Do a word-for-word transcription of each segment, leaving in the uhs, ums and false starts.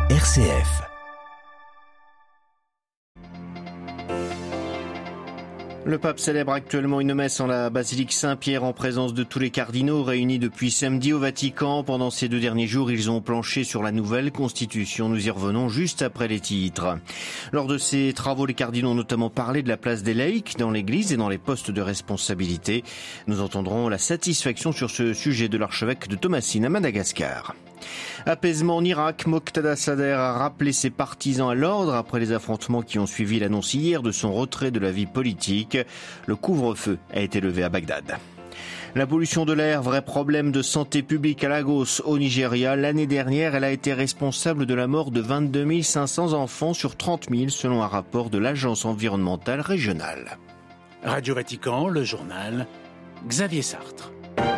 R C F. Le pape célèbre actuellement une messe en la basilique Saint-Pierre en présence de tous les cardinaux réunis depuis samedi au Vatican. Pendant ces deux derniers jours, ils ont planché sur la nouvelle constitution. Nous y revenons juste après les titres. Lors de ces travaux, les cardinaux ont notamment parlé de la place des laïcs dans l'Église et dans les postes de responsabilité. Nous entendrons la satisfaction sur ce sujet de l'archevêque de Tomasine à Madagascar. Apaisement en Irak, Moqtada Sadr a rappelé ses partisans à l'ordre après les affrontements qui ont suivi l'annonce hier de son retrait de la vie politique. Le couvre-feu a été levé à Bagdad. La pollution de l'air, vrai problème de santé publique à Lagos, au Nigeria. L'année dernière, elle a été responsable de la mort de vingt-deux mille cinq cents enfants sur trente mille, selon un rapport de l'Agence environnementale régionale. Radio Vatican, le journal, Xavier Sartre.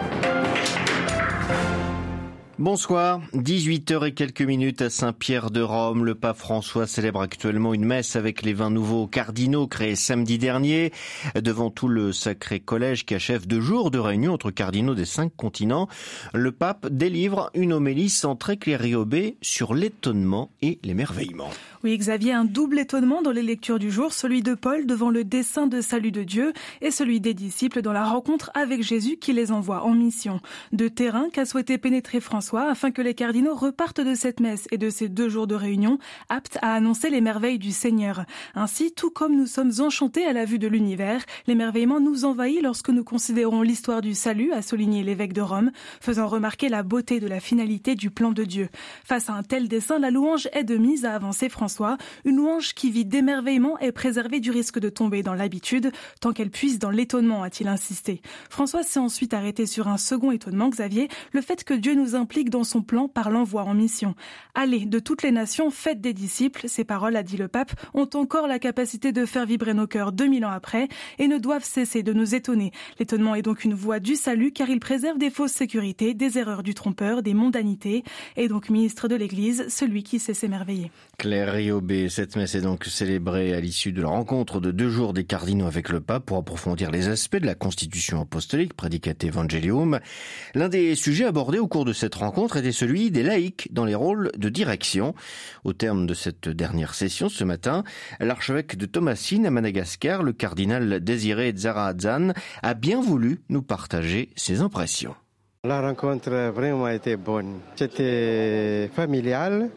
Bonsoir, dix-huit heures et quelques minutes à Saint-Pierre de Rome. Le pape François célèbre actuellement une messe avec les vingt nouveaux cardinaux créés samedi dernier devant tout le sacré collège qui achève deux jours de réunion entre cardinaux des cinq continents. Le pape délivre une homélie centrée Clériobé sur l'étonnement et l'émerveillement. Oui, Xavier, un double étonnement dans les lectures du jour, celui de Paul devant le dessein de salut de Dieu et celui des disciples dans la rencontre avec Jésus qui les envoie en mission. Deux terrains qu'a souhaité pénétrer François afin que les cardinaux repartent de cette messe et de ces deux jours de réunion aptes à annoncer les merveilles du Seigneur. Ainsi, tout comme nous sommes enchantés à la vue de l'univers, l'émerveillement nous envahit lorsque nous considérons l'histoire du salut, a souligné l'évêque de Rome, faisant remarquer la beauté de la finalité du plan de Dieu. Face à un tel dessein, la louange est de mise à avancer François. Une louange qui vit d'émerveillement est préservée du risque de tomber dans l'habitude, tant qu'elle puise dans l'étonnement, a-t-il insisté. François s'est ensuite arrêté sur un second étonnement, Xavier, le fait que Dieu nous implique dans son plan par l'envoi en mission. Allez, de toutes les nations, faites des disciples, ces paroles, a dit le pape, ont encore la capacité de faire vibrer nos cœurs deux mille ans après et ne doivent cesser de nous étonner. L'étonnement est donc une voie du salut car il préserve des fausses sécurités, des erreurs du trompeur, des mondanités, et donc ministre de l'Église, celui qui sait s'émerveiller. Claire Riobé, cette messe est donc célébrée à l'issue de la rencontre de deux jours des cardinaux avec le pape pour approfondir les aspects de la constitution apostolique, Praedicate Evangelium. L'un des sujets abordés au cours de cette rencontre était celui des laïcs dans les rôles de direction. Au terme de cette dernière session ce matin, l'archevêque de Tomasine à Madagascar, le cardinal Désiré Dzaradzane, a bien voulu nous partager ses impressions. La rencontre a vraiment été bonne. C'était familial.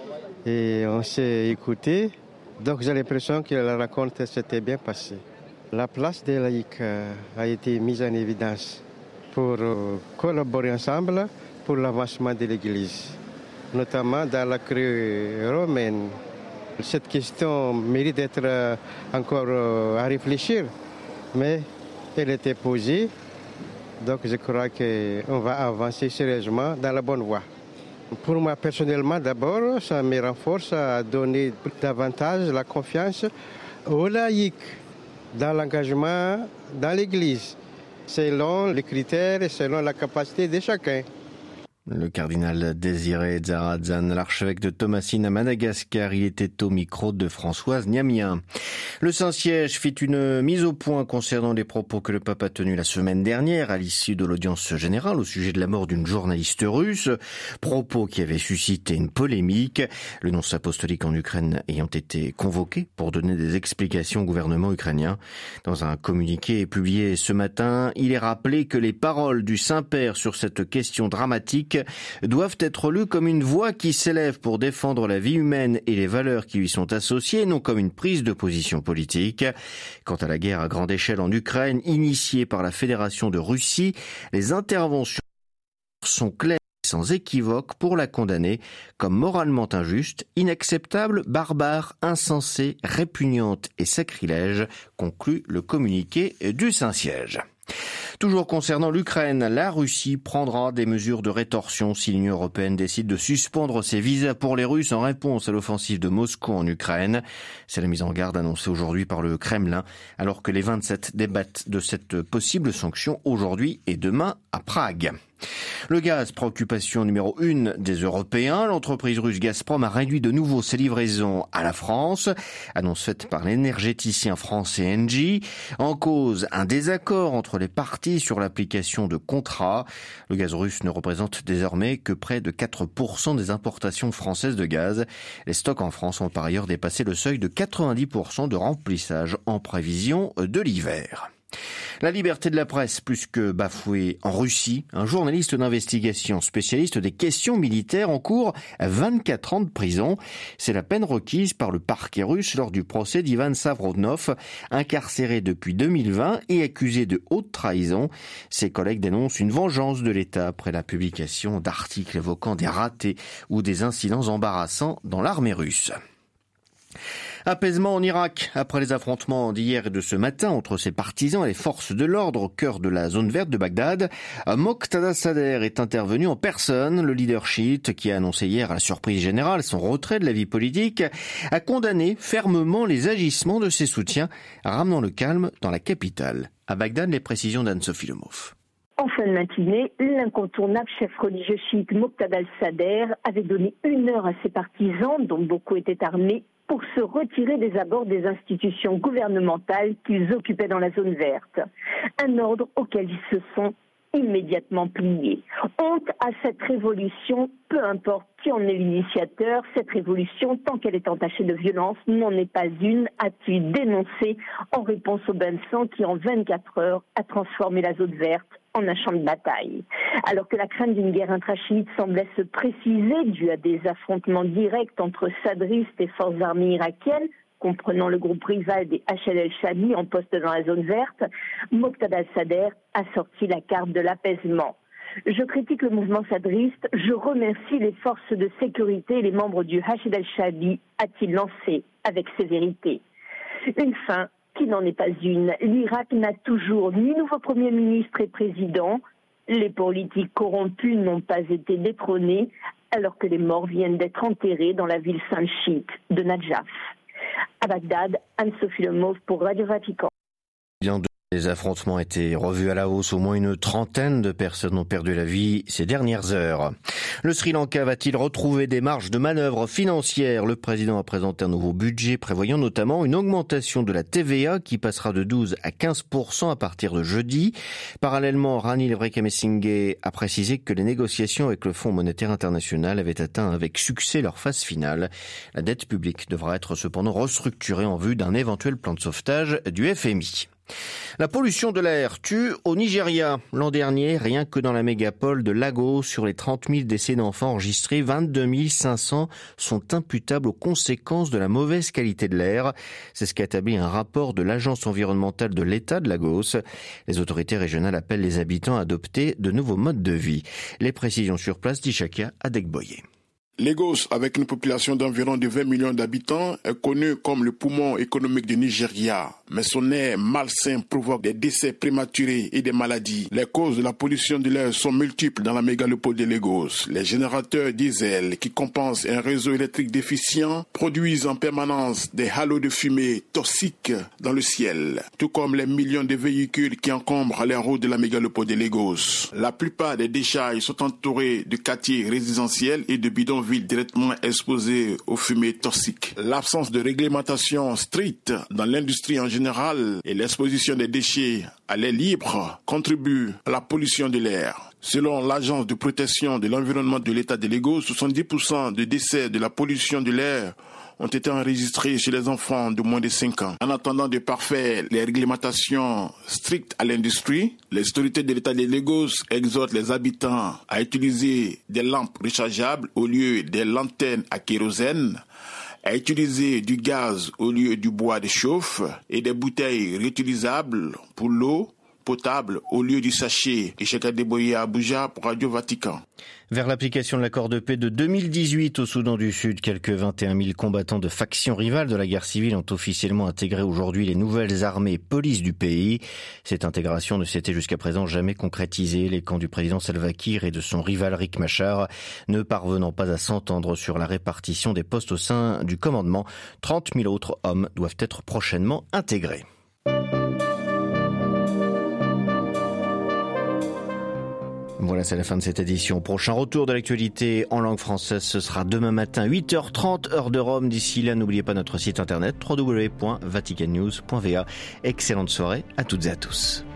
Et on s'est écouté, donc j'ai l'impression que la rencontre s'était bien passée. La place des laïcs a été mise en évidence pour collaborer ensemble pour l'avancement de l'Église, notamment dans la crue romaine. Cette question mérite d'être encore à réfléchir, mais elle était posée, donc je crois qu'on va avancer sérieusement dans la bonne voie. Pour moi, personnellement, d'abord, ça me renforce à donner davantage la confiance aux laïcs dans l'engagement dans l'Église, selon les critères et selon la capacité de chacun. Le cardinal Désiré Dzaradzane, l'archevêque de Tomasine à Madagascar, il était au micro de Françoise Niamien. Le Saint-Siège fit une mise au point concernant les propos que le pape a tenus la semaine dernière à l'issue de l'audience générale au sujet de la mort d'une journaliste russe, propos qui avaient suscité une polémique, le nonce apostolique en Ukraine ayant été convoqué pour donner des explications au gouvernement ukrainien. Dans un communiqué publié ce matin, il est rappelé que les paroles du Saint-Père sur cette question dramatique doivent être lues comme une voix qui s'élève pour défendre la vie humaine et les valeurs qui lui sont associées, non comme une prise de position politique. Quant à la guerre à grande échelle en Ukraine, initiée par la Fédération de Russie, les interventions sont claires et sans équivoque pour la condamner comme moralement injuste, inacceptable, barbare, insensée, répugnante et sacrilège, conclut le communiqué du Saint-Siège. Toujours concernant l'Ukraine, la Russie prendra des mesures de rétorsion si l'Union européenne décide de suspendre ses visas pour les Russes en réponse à l'offensive de Moscou en Ukraine. C'est la mise en garde annoncée aujourd'hui par le Kremlin, alors que les vingt-sept débattent de cette possible sanction aujourd'hui et demain à Prague. Le gaz, préoccupation numéro une des Européens. L'entreprise russe Gazprom a réduit de nouveau ses livraisons à la France. Annonce faite par l'énergéticien français Engie. En cause, un désaccord entre les parties sur l'application de contrats. Le gaz russe ne représente désormais que près de quatre pour cent des importations françaises de gaz. Les stocks en France ont par ailleurs dépassé le seuil de quatre-vingt-dix pour cent de remplissage en prévision de l'hiver. La liberté de la presse plus que bafouée en Russie. Un journaliste d'investigation spécialiste des questions militaires encourt vingt-quatre ans de prison. C'est la peine requise par le parquet russe lors du procès d'Ivan Savronov, incarcéré depuis deux mille vingt et accusé de haute trahison. Ses collègues dénoncent une vengeance de l'État après la publication d'articles évoquant des ratés ou des incidents embarrassants dans l'armée russe. Apaisement en Irak. Après les affrontements d'hier et de ce matin entre ses partisans et les forces de l'ordre au cœur de la zone verte de Bagdad, Moqtada Sadr est intervenu en personne. Le leader chiite, qui a annoncé hier à la surprise générale son retrait de la vie politique, a condamné fermement les agissements de ses soutiens, ramenant le calme dans la capitale. À Bagdad, les précisions d'Anne-Sophie Lemauve. En fin de matinée, l'incontournable chef religieux chiite Moqtada al-Sadr avait donné une heure à ses partisans, dont beaucoup étaient armés, pour se retirer des abords des institutions gouvernementales qu'ils occupaient dans la zone verte. Un ordre auquel ils se sont immédiatement pliés. Honte à cette révolution, peu importe qui en est l'initiateur, cette révolution, tant qu'elle est entachée de violence, n'en est pas une, a-t-il dénoncé en réponse au bain de sang qui, en vingt-quatre heures, a transformé la zone verte en un champ de bataille. Alors que la crainte d'une guerre intrachiite semblait se préciser due à des affrontements directs entre sadristes et forces armées irakiennes, comprenant le groupe rival des H L L-Shadi en poste dans la zone verte, Moqtada al-Sadr a sorti la carte de l'apaisement. Je critique le mouvement sadriste, je remercie les forces de sécurité et les membres du H L L-Shadi, a-t-il lancé avec sévérité. Une fin qui n'en est pas une. L'Irak n'a toujours ni nouveau Premier ministre et président. Les politiques corrompus n'ont pas été détrônés, alors que les morts viennent d'être enterrés dans la ville sainte chiite de Nadjaf. À Bagdad, Anne-Sophie Lemauve pour Radio Vatican. Les affrontements étaient revus à la hausse. Au moins une trentaine de personnes ont perdu la vie ces dernières heures. Le Sri Lanka va-t-il retrouver des marges de manœuvre financières? Le président a présenté un nouveau budget prévoyant notamment une augmentation de la T V A qui passera de douze à quinze pour cent à partir de jeudi. Parallèlement, Ranil Wickremesinghe a précisé que les négociations avec le Fonds monétaire international avaient atteint avec succès leur phase finale. La dette publique devra être cependant restructurée en vue d'un éventuel plan de sauvetage du F M I. La pollution de l'air tue au Nigeria. L'an dernier, rien que dans la mégapole de Lagos, sur les trente mille décès d'enfants enregistrés, vingt-deux mille cinq cents sont imputables aux conséquences de la mauvaise qualité de l'air. C'est ce qu'établit un rapport de l'agence environnementale de l'État de Lagos. Les autorités régionales appellent les habitants à adopter de nouveaux modes de vie. Les précisions sur place d'Ishaka Adegboye. Lagos, avec une population d'environ de vingt millions d'habitants, est connu comme le poumon économique du Nigeria. Mais son air malsain provoque des décès prématurés et des maladies. Les causes de la pollution de l'air sont multiples dans la mégalopole de Lagos. Les générateurs diesel qui compensent un réseau électrique déficient produisent en permanence des halos de fumée toxiques dans le ciel, tout comme les millions de véhicules qui encombrent les routes de la mégalopole de Lagos. La plupart des décharges sont entourées de quartiers résidentiels et de bidonvilles directement exposés aux fumées toxiques. L'absence de réglementation stricte dans l'industrie en général et l'exposition des déchets à l'air libre contribuent à la pollution de l'air. Selon l'Agence de protection de l'environnement de l'État de Lagos, soixante-dix pour cent des décès de la pollution de l'air ont été enregistrés chez les enfants de moins de cinq ans. En attendant de parfaire les réglementations strictes à l'industrie, les autorités de l'État de Lagos exhortent les habitants à utiliser des lampes rechargeables au lieu des lanternes à kérosène, à utiliser du gaz au lieu du bois de chauffe et des bouteilles réutilisables pour l'eau potable au lieu du sachet. Ishaka Adegboye à Abuja pour Radio Vatican. Vers l'application de l'accord de paix de deux mille dix-huit au Soudan du Sud, quelques vingt et un mille combattants de factions rivales de la guerre civile ont officiellement intégré aujourd'hui les nouvelles armées et polices du pays. Cette intégration ne s'était jusqu'à présent jamais concrétisée, les camps du président Salva Kiir et de son rival Riek Machar ne parvenant pas à s'entendre sur la répartition des postes au sein du commandement. trente mille autres hommes doivent être prochainement intégrés. Voilà, c'est la fin de cette édition. Prochain retour de l'actualité en langue française, ce sera demain matin, huit heures trente, heure de Rome. D'ici là, n'oubliez pas notre site internet w w w point vatican news point v a. Excellente soirée à toutes et à tous.